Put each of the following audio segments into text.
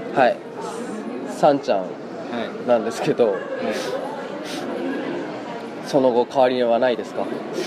はいさんちゃんなんですけど、 はい、 その後変わりはないですか？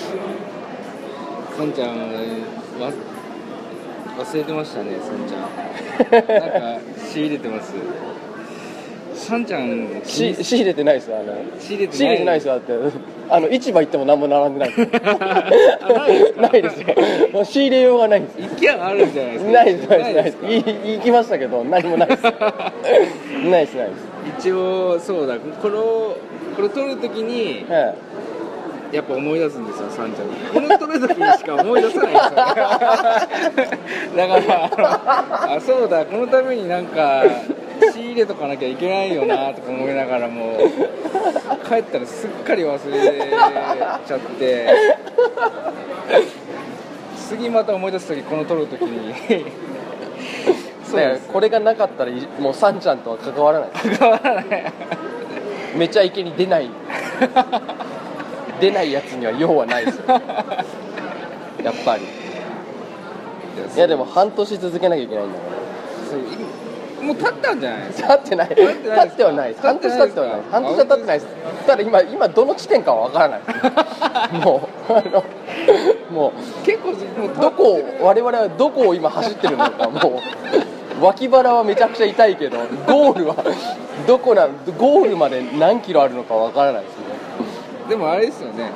さんちゃんは忘れてましたね。さんちゃんなんか仕入れてます。さんちゃん仕入れてないですよ。 仕入れてないですよ。だって市場行っても何も並んでないですないですよ。もう仕入れようがないんですよ。 行きゃあるんじゃないですか。 ないです行きましたけど何もないですないです一応そうだ、これ撮るときに、やっぱ思い出すんですよ、さんちゃん。この撮るときにしか思い出さないんですよだからそうだ、このためになんか仕入れとかなきゃいけないよなとか思いながらも帰ったらすっかり忘れちゃって次また思い出すとき、この撮るときにそうです。これがなかったらもうさんちゃんとは関わらないめちゃイケに出ないやつには用はないですよやっぱり。いやでも半年続けなきゃいけないんだから。 もう経ったんじゃないですか？ 経ってはないです。半年経ってはないです。半年は経ってないです。ただ今どの地点かは分からないもう結構我々はどこを今走ってるのか、もう脇腹はめちゃくちゃ痛いけどゴールはゴールまで何キロあるのか分からないですね。 でもあれですよね、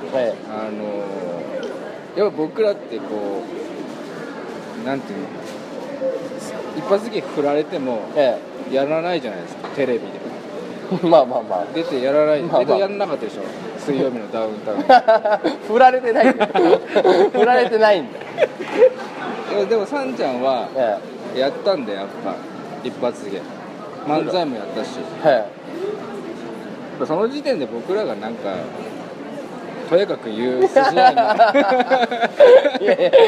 やっぱ僕らってこうなんていうの、一発芸振られてもやらないじゃないですか、テレビでまあ出てやらない、出てやらなかったでしょ、水曜日のダウンタウン振られてないんだよ振られてないんだよ。 でもさんちゃんはやったんで、やっぱ一発芸漫才もやったし、その時点で僕らがなんかとやかく言う筋合いない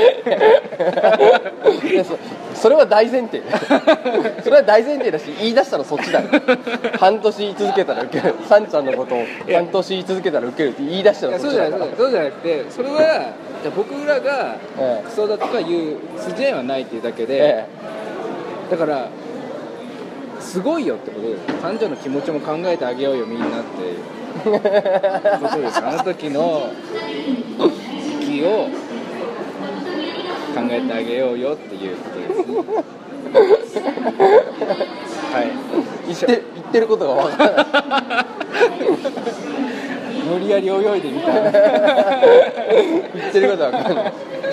やそれは大前提それは大前提だし、言い出したらそっちだよ半年言い続けたらウケる、さんちゃんのことを半年言い続けたらウケるって言い出したらそっちだから。 そうじゃなくて、それは僕らがクソだとか言う筋合いはないっていうだけで、だからすごいよってことです。さんちゃんの気持ちも考えてあげようよみんなっていうことです。あの時の気を考えてあげようよっていうことですはい、 言ってることが分からない無理やり泳いでみたいな言ってることは分からない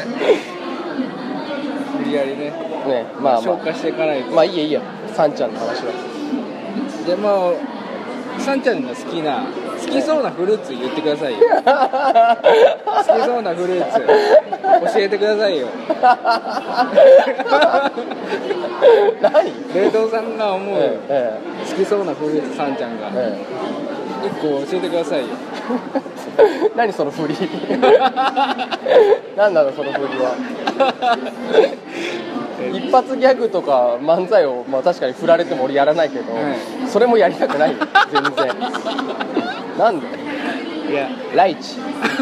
無理やりね消化していかないと。 いいやさんちゃんの話は。 でもさんちゃんが好きそうなフルーツ言ってくださいよ好きそうなフルーツ教えてくださいよ何？ 冷凍さんが思う好きそうなフルーツ、さんちゃんが1個教えてくださいよ何その振り何なのその振りは一発ギャグとか漫才を、確かに振られても俺やらないけど、それもやりたくないよ全然なんで？ いやライチ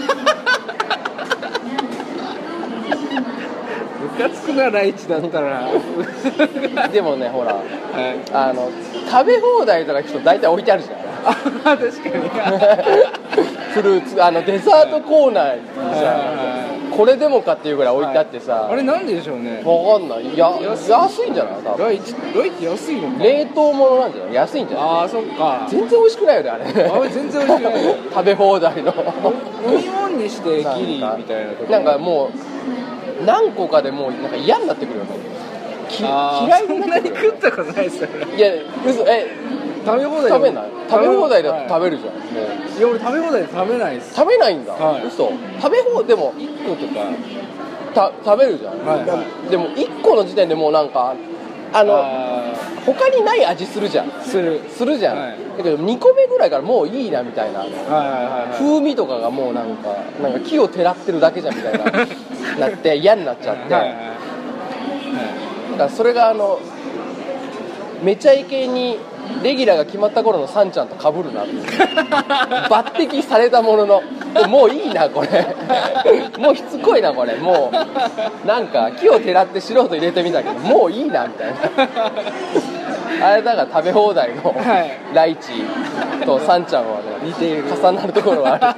ムカつくな、ライチだったらでもねほら、食べ放題とか行くと大体置いてあるじゃん確かにフルーツデザートコーナーにさ、これでもかっていうぐらい置いてあってさ、 あれなんででしょうね。 わかんない。安いんじゃない？多分ライチ安いのか。 冷凍物なんじゃない？安いんじゃない？ ああ、そっか。 全然美味しくないよねあれ。 全然美味しくないよ食べ放題の飲み物にしてギリみたいなとこ。 なんかもう何個かでもうなんか嫌になってくるよね。嫌いになってくる。 そんなに食ったことないっすよね。 いや嘘食べ放題食べない？食べ放題だと食べるじゃん。 いや俺食べ放題で食べないっす。 食べないんだ。 はい、 嘘。食べ放題でも 1個とか食べるじゃん。でも1個の時点でもうなんか他にない味するじゃん。するじゃん。だけど2個目ぐらいからもういいなみたいな。風味とかがもうなんか木をてらってるだけじゃんみたいななって嫌になっちゃって。だからそれがめちゃイケにレギュラーが決まった頃のサンちゃんと被るなって抜擢されたもののもういいなこれもうしつこいなこれもうなんか木をてらって素人入れてみたけどもういいなみたいなあれだから食べ放題のライチとサンちゃんはね似ている重なるところはある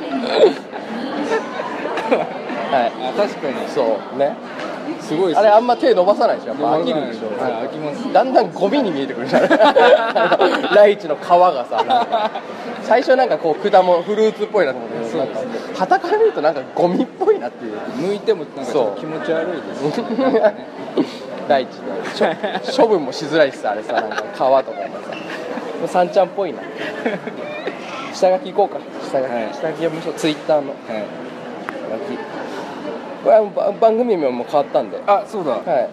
はい、 あ確かにそうねすごいあれあんま手伸ばさないでしょやっぱ飽きるでしょ、 はい、飽きます。 だんだんゴミに見えてくるじゃんライチの皮がさ最初なんかこう果物フルーツっぽいなと思ってなんか傍から見るとなんかゴミっぽいなっていう剥いてもなんかちょっと気持ち悪いですライチね処分もしづらいしさあれさなんか皮とかもさサンちゃんっぽいな下書きいこうか下書き、はい、下書き読みましょうツイッターの、はい、これは番組名も変わったんであそうだはい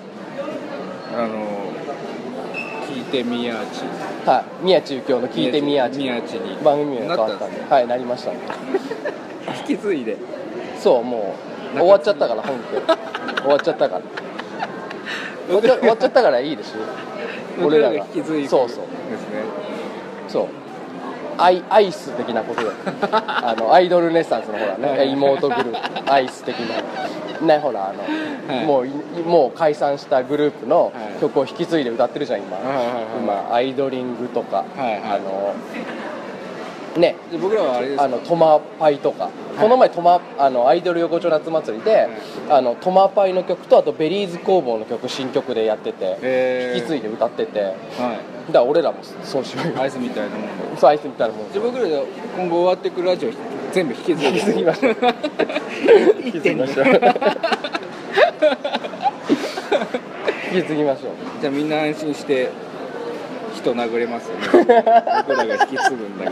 聞いてみやちはい宮地幸雄の聞いてみやち宮地に番組名が変わったんではいなりましたね引き継いでそうもう終わっちゃったから本家終わっちゃったから終わっちゃったからいいですよ俺らが引き継いでそうそうですねそうアイス的なことでアイドルネッサンスのほらね妹グループアイス的なねほらはい、もう解散したグループの曲を引き継いで歌ってるじゃん今、今アイドリングとか、はいはい、ね僕らはあれですトマパイとか、はい、この前アイドル横丁夏祭りで、はい、トマパイの曲とあとベリーズ工房の曲新曲でやってて引き継いで歌ってて、はい、だから俺らもそうしようよアイスみたいなもんそうアイスみたいなもんじゃあ僕らで今後終わってくるラジオ全部引き継ぎましょう引き継ぎましょう引き継ぎましょうじゃあみんな安心して人殴れますよね僕らが引き継ぐんだ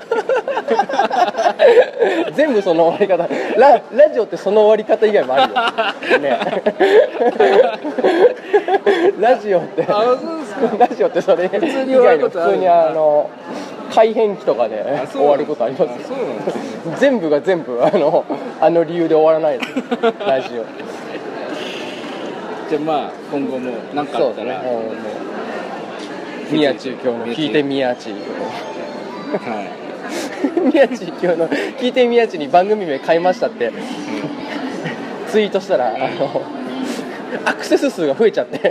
から全部その終わり方ラジオってその終わり方以外もあるよ、ね、ラジオってそれ以外の普通に改変期とかで終わることありますよ全部が全部あの理由で終わらないですラジオじゃあまあ今後も何かあったら宮地幸雄の聞いて宮地はい宮地幸雄の聞いて宮地に番組名変えましたって、ツイートしたらアクセス数が増えちゃって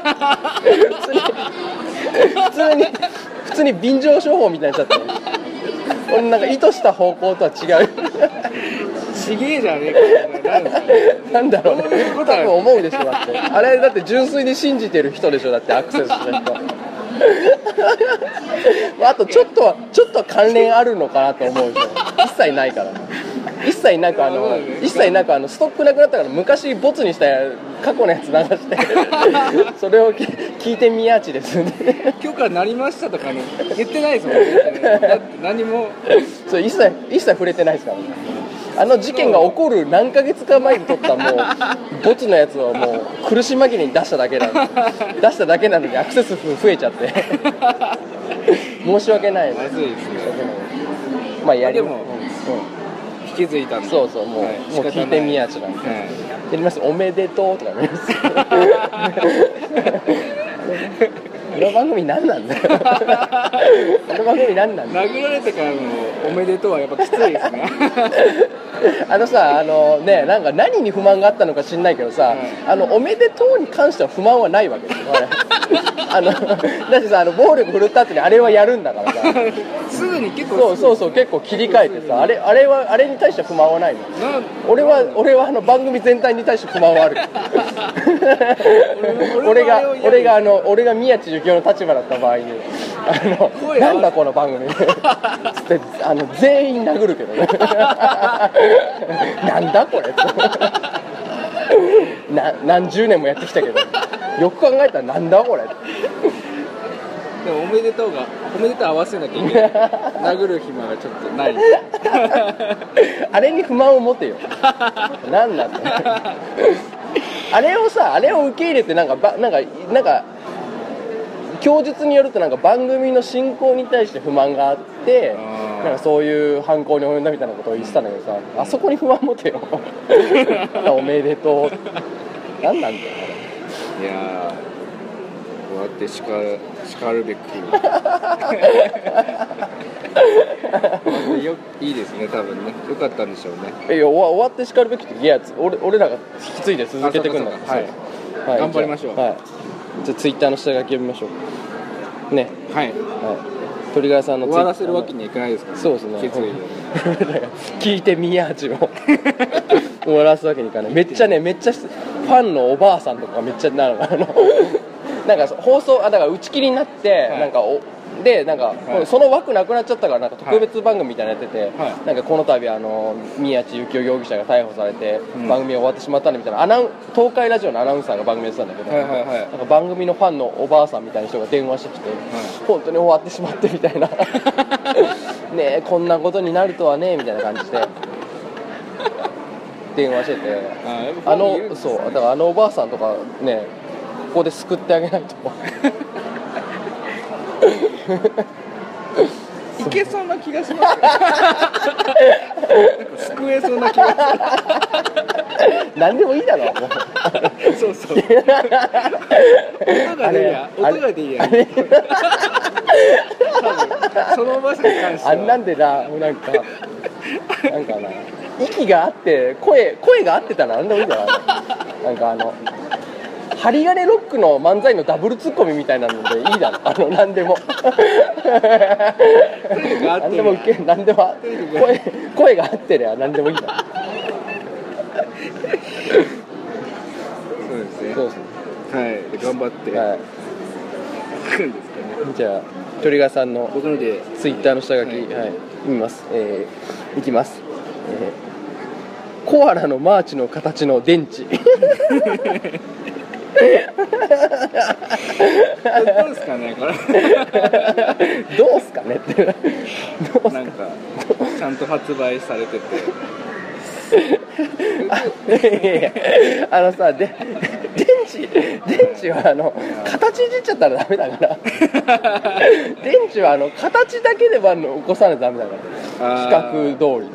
普通に便乗商法みたいになっちゃってなんか意図した方向とは違うちげえじゃねえかなんだろうね多分思うでしょだってあれだって純粋に信じてる人でしょだってアクセスした人あとちょっとは関連あるのかなと思うでしょ一切ないから一切なくストックなくなったから昔ボツにした過去のやつ流してそれを聞いてみやちですね許可なりましたとかね言ってないですもんねだって何もそう一切触れてないですからね事件が起こる何ヶ月か前に撮ったもうボツのやつをもう苦し紛れに出しただけなのにアクセス数増えちゃって申し訳ないまずいですねまあやりも、 引き継いだんでそうもう聞いてみやちなんで、やりますおめでとうとかやりますこの番組何なんだよこの番組何なんだよ殴られてからのおめでとうはやっぱきついですねさねなんか何に不満があったのか知んないけどさ、おめでとうに関しては不満はないわけですよだってさ暴力振るった後にあれはやるんだからさすぐに結構そう結構切り替えてさあれに対しては不満はないの俺は番組全体に対して不満はある俺が宮地幸雄の立場だった場合になんだこの番組つって全員殴るけどねなんだこれ何十年もやってきたけどよく考えたらなんだこれでもおめでとう合わせなきゃいけない殴る暇がちょっとないあれに不満を持てよなんだってあれを受け入れてなんか供述によるとなんか番組の進行に対して不満があってなんかそういう犯行に及んだみたいなことを言ってたんだけどさあそこに不安持てよおめでとうなんなんだよいやわってしかるべくいいですね、多分ね、よかったんでしょうね。 いや終わってしかるべきって、いや俺らが引き継いで続けていくんだから、 はいはい、頑張りましょう。 はい、じゃあツイッターの下書き読みましょうね。 はい、はい、 鳥貝さんの終わらせるわけにはいかないですから、ね、 そうですね、 決意で聞いてみやちを終わらすわけにいかない。めっちゃファンのおばあさんとかめっちゃなんか放送だから打ち切りになって、はい、はい、その枠なくなっちゃったからなんか特別番組みたいなのやってて、はい、なんかこの度宮地幸雄容疑者が逮捕されて、番組が終わってしまったんでみたいな東海ラジオのアナウンサーが番組やってたんだけど、はいはいはい、なんか番組のファンのおばあさんみたいな人が電話してきて、はい、本当に終わってしまってみたいなねえこんなことになるとはねみたいな感じで電話してて、そうだからおばあさんとかねここで救ってあげないといけそうな気がしますなんか救えそうな気がする何でもいいだろもうそうそう音が出りゃ多分そのおばあさんに関してはなんでなんかな息があって声が合ってたら何でもいいんだよなんか針金ロックの漫才のダブルツッコミみたいなのでいいだろ何でも何でも受け何でも声が合ってりゃ何でもいいだろそうですねはい頑張って、はい、いくんですかね。 じゃあ鳥川さんの僕のでツイッターの下書き、はい、見ます、いきます、コアラのマーチの形の電池どうですかねこれどうすかねってなんかちゃんと発売されててさ電池は形いじっちゃったらダメだから電池は形だけでは起こさないとダメだから規格通り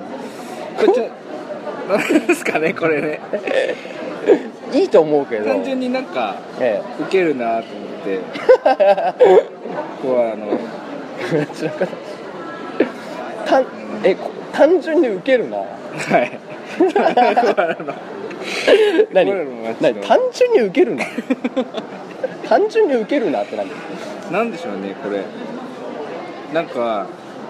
なんですかねこれねいいと思うけど単純になんか、ウケるなと思ってコアラの単純にウケるなはいコアラの何単純にウケるな単純にウケるなってなんでしょうねこれなんか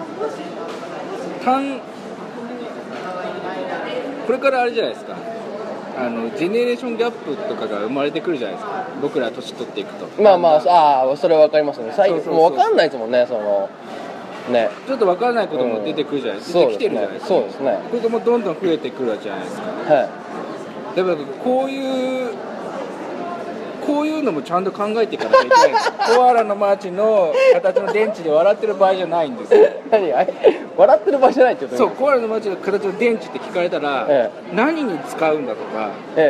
これからあれじゃないですかジェネレーションギャップとかが生まれてくるじゃないですか僕ら年取っていくとまあそれは分かりますねもう分かんないですもんねねちょっと分からないことも出てくるじゃないですか、出てきてるじゃないですか、 そうですねこれがもうどんどん増えてくるじゃないですか、 はい、 だからこういうのもちゃんと考えていかなきゃいけないんですコアラのマーチの形の電池で笑ってる場合じゃないんですよ笑ってる場合じゃないってことそうコアラのマーチの形の電池って聞かれたら、何に使うんだとか、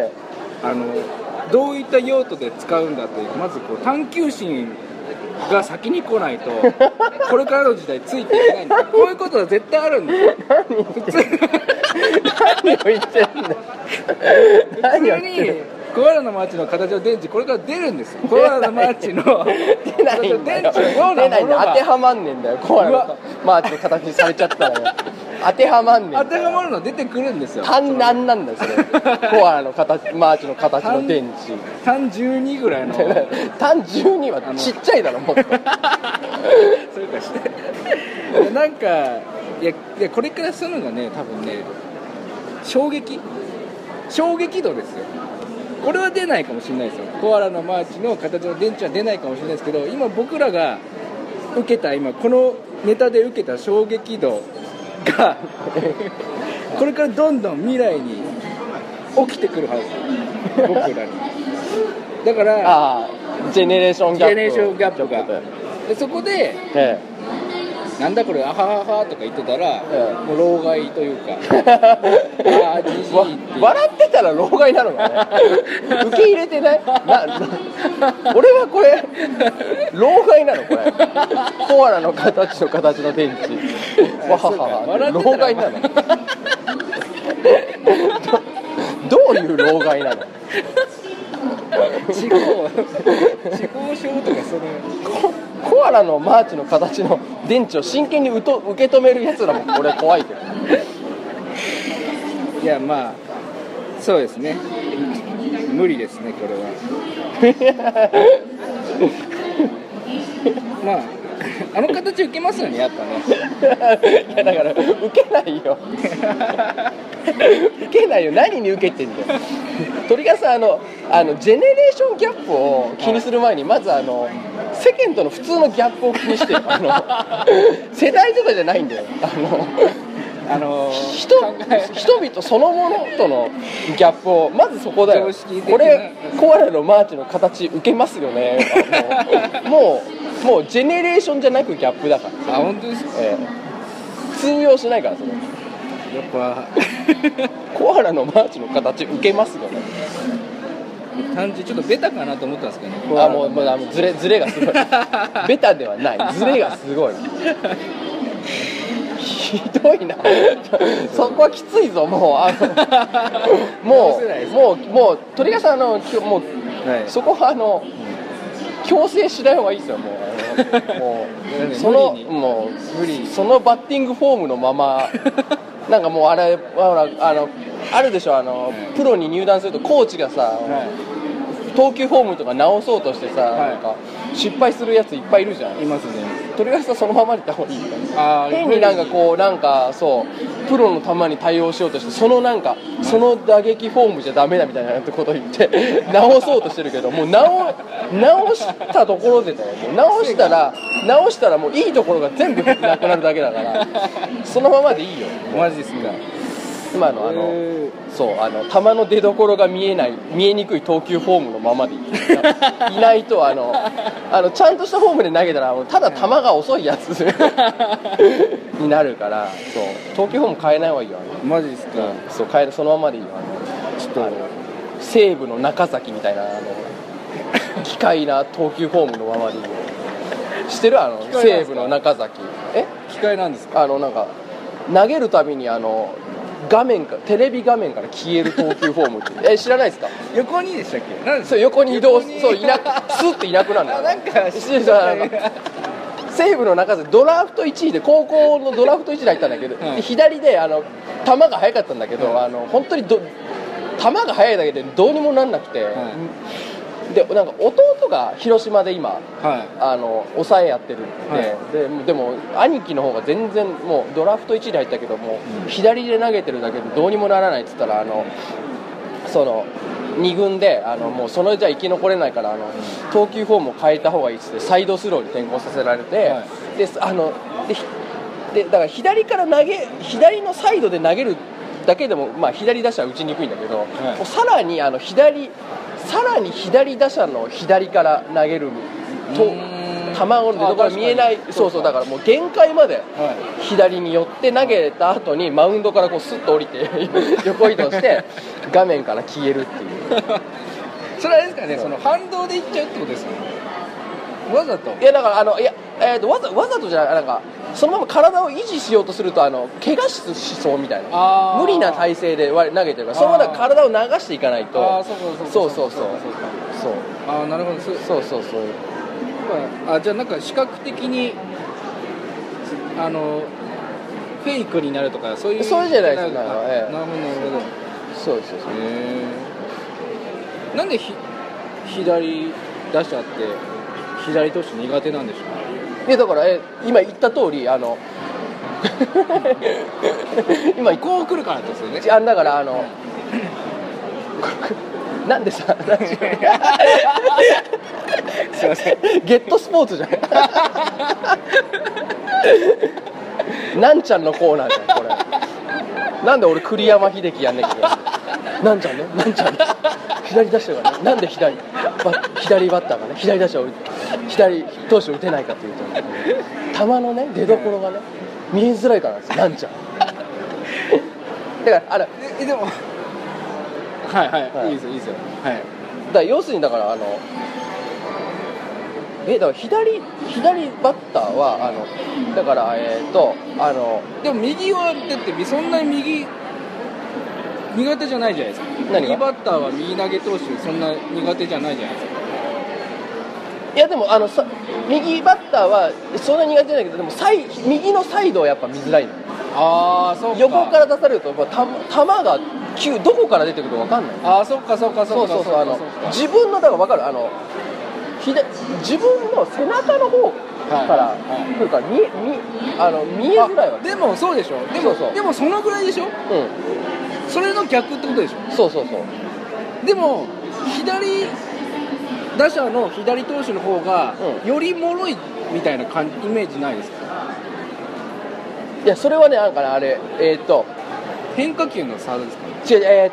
どういった用途で使うんだというまず探求心が先に来ないとこれからの時代ついていけないんだこういうことは絶対あるんですよ何を言ってんだ普通にコアラのマーチの形の電池これから出るんですよコアラのマーチの出ないんだよ当てはまんねんだよコアラのマーチの形にされちゃったらね当てはまんねんだよ当てはまるの出てくるんですよ単なんなんだよそれコアラのマーチの形の電池単12ぐらいの単12はちっちゃいだろもっとそうかしてなんかいやこれからするのがね多分ね衝撃度ですよこれは出ないかもしれないですよコアラのマーチの形の電池は出ないかもしれないですけど今僕らが受けたこのネタで受けた衝撃度がこれからどんどん未来に起きてくるはず僕らにだからジェネレーションギャップがでそこで、なんだこれあはははとか言ってたら、もう老害というかじじいって笑ってたら老害なのかね受け入れてない俺はこれ老害なのこれコアラの形の電池わはは老害なのどういう老害なの地方症とかそのコアラのマーチの形の電池を真剣に受け止めるやつらも俺怖いけど。 いやまあそうですね、無理ですねこれは。まああの形受けますよねやっぱね。 いやだから受けないよ。受けないよ。何に受けてんだよ。鳥がさジェネレーションギャップを気にする前にまず世間との普通のギャップを気にしてよ。世代とかじゃないんだよ。人々そのものとのギャップをまずそこだよ。これコアラのマーチの形受けますよね。もうジェネレーションじゃなくギャップだから。 あ、本当ですか。 通用しないからそれ。 やっぱコアラのマーチの形受けますよね。 単純ちょっとベタかなと思ったんですけどね。 もうズレがすごい。ベタではない。ズレがすごい。ひどいな。そこはきついぞ。もう鳥がさもう、はい、そこは強制しない方がいいですよ。もうそのバッティングフォームのまま。なんかもうあるでしょ、プロに入団するとコーチがさ、投球フォームとか直そうとしてさ、なんか失敗するやついっぱいいるじゃん。 いますね。 鳥がさそのままでいった方がいいから変にそうプロの球に対応しようとしてその打撃フォームじゃダメだみたいなことを言って直そうとしてるけど、もう直したところでだよ。もう直したらもういいところが全部なくなるだけだからそのままでいいよ。 マジですか。 今の球の出所が見えにくい投球フォームのままでいないとちゃんとしたフォームで投げたらただ球が遅いやつになるから、そう投球フォーム変えない方がいいよ。 マジですか。 そうそのままでいいよ。ちょっと西武の中崎みたいな機械な投球フォームのままでいいよ。知ってる西武の中崎。 機械なんですか。 なんか投げるたびにテレビ画面から消える投球フォームって知らないですか。 横にでしたっけ。なんでそう横に移動スッていなくなるんだよ。なんか西武の中でドラフト1位で高校のドラフト1位で入ったんだけど、左で球が速かったんだけど、本当に球が速いだけでどうにもなんなくて、でなんか弟が広島で今、抑えやってるって、でも兄貴の方が全然もうドラフト1位で入ったけども、左で投げてるだけでどうにもならないって言ったら2軍でもうそのじゃ生き残れないから投球フォームを変えた方がいいっつってサイドスローに転向させられて、でだから左のサイドで投げるだけでも、左打者は打ちにくいんだけど、もうさらに左打者の左から投げると球の出所が見えない。そうだからもう限界まで左に寄って投げた後にマウンドからスッと降りて横移動して画面から消えるっていう。 それあれですかね、その反動でいっちゃうってことですかね。わざと。 いやだからわざとじゃない、そのまま体を維持しようとすると怪我しそうみたいな無理な体勢で投げてるから、そのまま体を流していかないと。そうなるほど。 そうじゃあなんか視覚的にフェイクになるとかそういうじゃないですか。なるほど。そうなんで左打者って左投手苦手なんでしょう。 いやだから今言った通り今こう来るからですよね。 だからなんでさすいませんゲットスポーツじゃんなんちゃんのコーナーじゃんこれ。なんで俺栗山英樹やんねんけどなんちゃん左打者がね、なんで左バッターがね左打者を左投手を打てないかというと、球のね出どころがね見えづらいからなんですよ、なんちゃんだからでもいいですよだから要するにだからだから左バッターはだからでも右はだってそんなに右苦手じゃないじゃないですか。 何が右バッターは右投げ投手そんな苦手じゃないじゃないですか。 いやでも右バッターはそんな苦手じゃないけど、でも右のサイドはやっぱ見づらいの。 ああ、そうか。 横から出されると球がどこから出てくるか分かんない。 ああ、そっかそっかそっか。 そう自分のだから分かる、自分の背中の方から来るから見えづらいわけ。 でもそうでしょ。でもそのぐらいでしょ。それの逆ってことでしょ。 そうでも左打者の左投手の方がより脆いみたいなイメージないですか。 いやそれはね、なんかね、あれ変化球の差ですかね。 違う、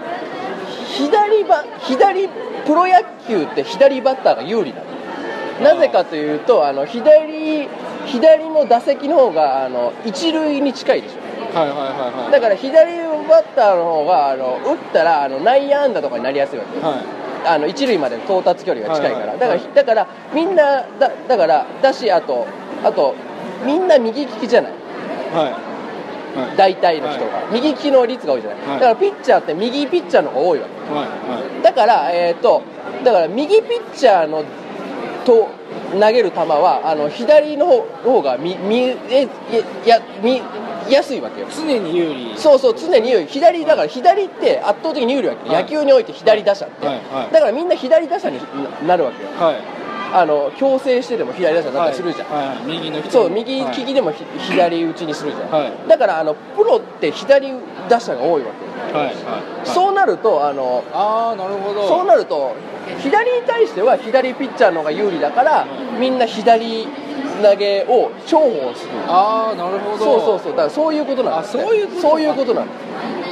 左プロ野球って左バッターが有利なの。なぜかというと左の打席の方が一塁に近いでしょ。だから左バッターの方が打ったら内野安打とかになりやすいわけ、一塁までの到達距離が近いから、だからみんなだからだし、あとみんな右利きじゃない、大体の人が右利きの率が多いじゃない、だからピッチャーって右ピッチャーの方が多いわけ、だから右ピッチャーのと投げる球は左の方が見やすいわけよ。 常に有利。 そう常に有利。だから左って圧倒的に有利わけ、野球において左打者って、だからみんな左打者になるわけよ、強制してでも左打者になったりするじゃん、 右の人そう右利きでも左打ちにするじゃん、だからプロって左打者が多いわけよ、そうなるとなるほど。 そうなると左に対しては左ピッチャーの方が有利だから、みんな左投げを重宝する。 なるほど。 そうだからそういうことなんです、ね、そういうことなんです。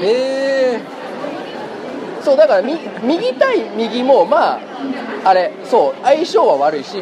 そうだから右対右も相性は悪いし、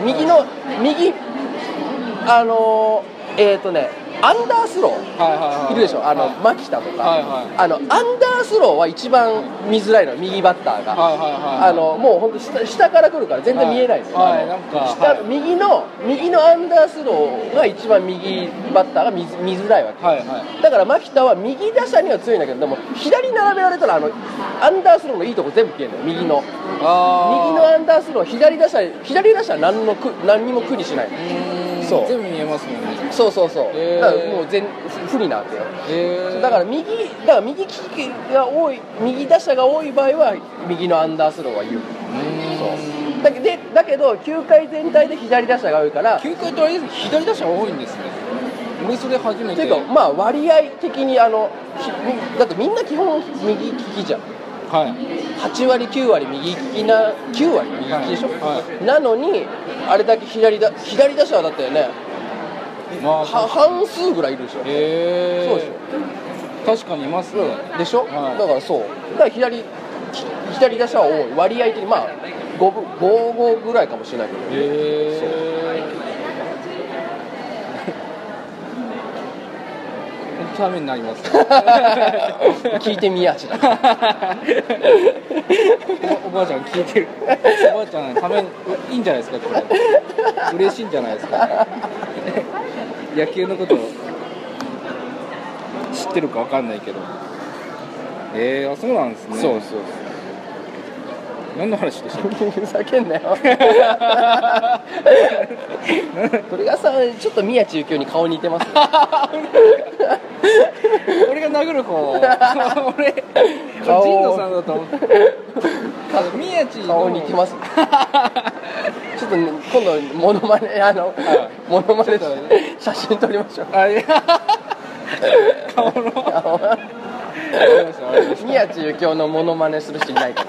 アンダースローいるでしょ、牧田とか、アンダースローは一番見づらいの、右バッターが、もう本当下から来るから全然見えないの、右のアンダースローが一番右バッターが見づらいわけ、だから牧田は右打者には強いんだけど、でも左並べられたらアンダースローのいいとこ全部消えるのよ、右のアンダースロー、左打者は何にも苦にしないの。 そう全部見えますもんね。 そうだからもう不利なわけよ、だから右利きが多い、右打者が多い場合は右のアンダースローは有利。だけど球界全体で左打者が多いから。 球界とあれですね、左打者が多いんですね。俺それ初めて。 ていうか割合的にだってみんな基本右利きじゃん、8割9割右利きな、9割右利きでしょ、なのにあれだけ左打者はだってね、半数ぐらいいるでしょ。そうでしょ。確かにいますね、 でしょ、だから左打者は多い、割合的に5ぐらいかもしれないけど、 ためになります聞いてみやちだおばあちゃん聞いてる。おばあちゃんためいいんじゃないですか、これ嬉しいんじゃないですか野球のこと知ってるか分かんないけど。そうなんですね。 そう何の話でしたっけ。 ふざけんなよ鳥川さんちょっと宮地幸雄に顔似てますね俺が殴る方俺神野さんだと思って宮地の顔似てますねちょっと、ね、今度モノマネモノマネ写真撮りましょう。 顔の宮地幸雄のモノマネする人いないから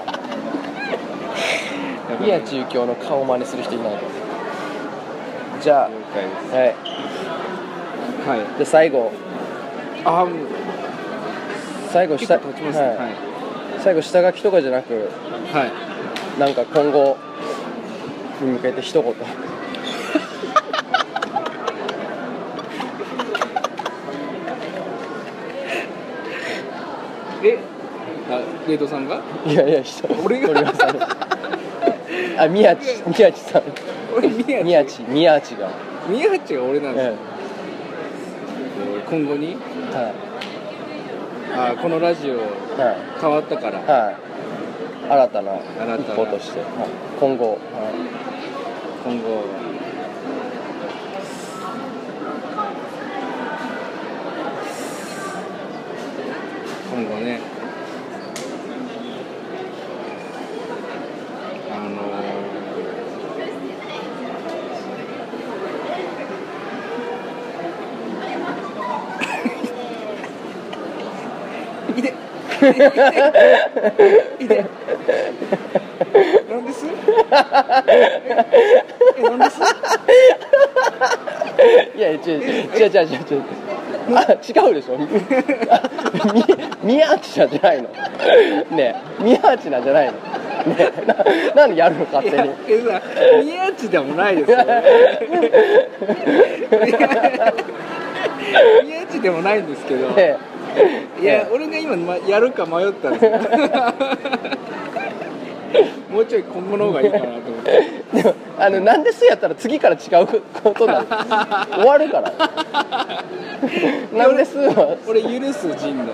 宮地幸雄の顔真似する人いないから。じゃあで最後下書きとかじゃなく、なんか今後に向けて一言レイトさんが？ いや俺が宮地さん宮地が俺なんですよ、今後に、 このラジオ変わったから、 はい、新たな一歩として、今後ね、いでなんですなんですいや違うあ、違うでしょ宮内なんじゃないのねえ、宮内なんじゃないのねえ、なんでやるの勝手に。 宮内でもないですよ宮内でもないんですけど、いや、俺が今やるか迷ったんですよもうちょい今後の方がいいかなと思ってでもなんですやったら次から違うことになる終わるからなんですは俺許す陣の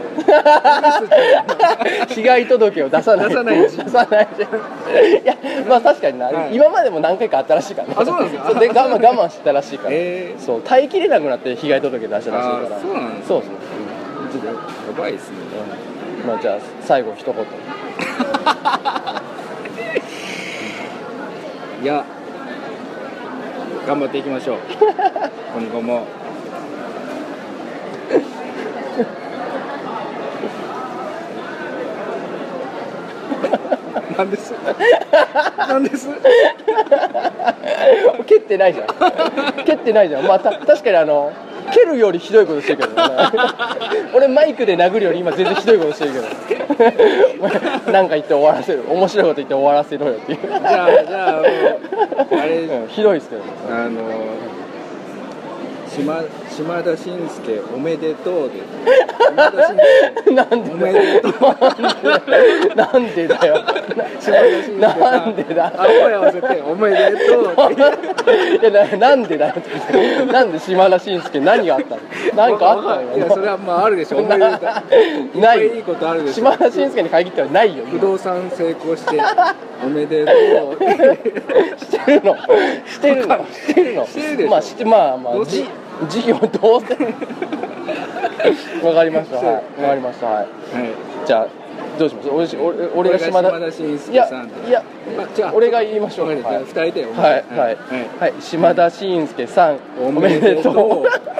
被害届を出さないいや、まあ確かにな、はい、今までも何回かあったらしいからね。 あ、そうなんですか。 で我慢してたらしいから、そう耐えきれなくなって被害届出したらしいから。 そうなんですか。 そうですね、 やばいですね、 まあじゃあ最後一言いや、頑張っていきましょう今後もなんです蹴ってないじゃんまあ確かに蹴るよりひどいことしてるけどね俺マイクで殴るより今全然ひどいことしてるけどなんか言って終わらせる、面白いこと言って終わらせろよっていうじゃあもうあれ、 ひどいですけど島田紳介おめでとうでなんでだよなんでだ声合わせておめでとうってなんでだよなんで島田紳介何があったの、何かあったのよ。 いやそれはまああるでしょ、おめでとうないいいことあるでしょ。 島田紳介に限ってはないよ。 不動産成功しておめでとうしてるのまあ事業どうせわかりましたはい、じゃあどうします。俺が島田紳介さんいや俺が言いましょう。 2人ではい、島田紳介さんおめでとう